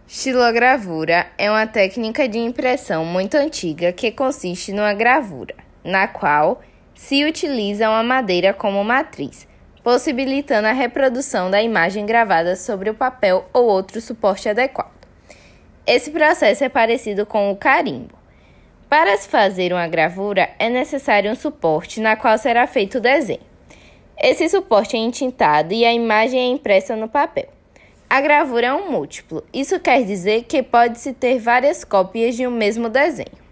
Xilogravura é uma técnica de impressão muito antiga que consiste numa gravura, na qual se utiliza uma madeira como matriz, possibilitando a reprodução da imagem gravada sobre o papel ou outro suporte adequado. Esse processo é parecido com o carimbo. Para se fazer uma gravura, é necessário um suporte na qual será feito o desenho. Esse suporte é entintado e a imagem é impressa no papel. A gravura é um múltiplo. Isso quer dizer que pode-se ter várias cópias de um mesmo desenho.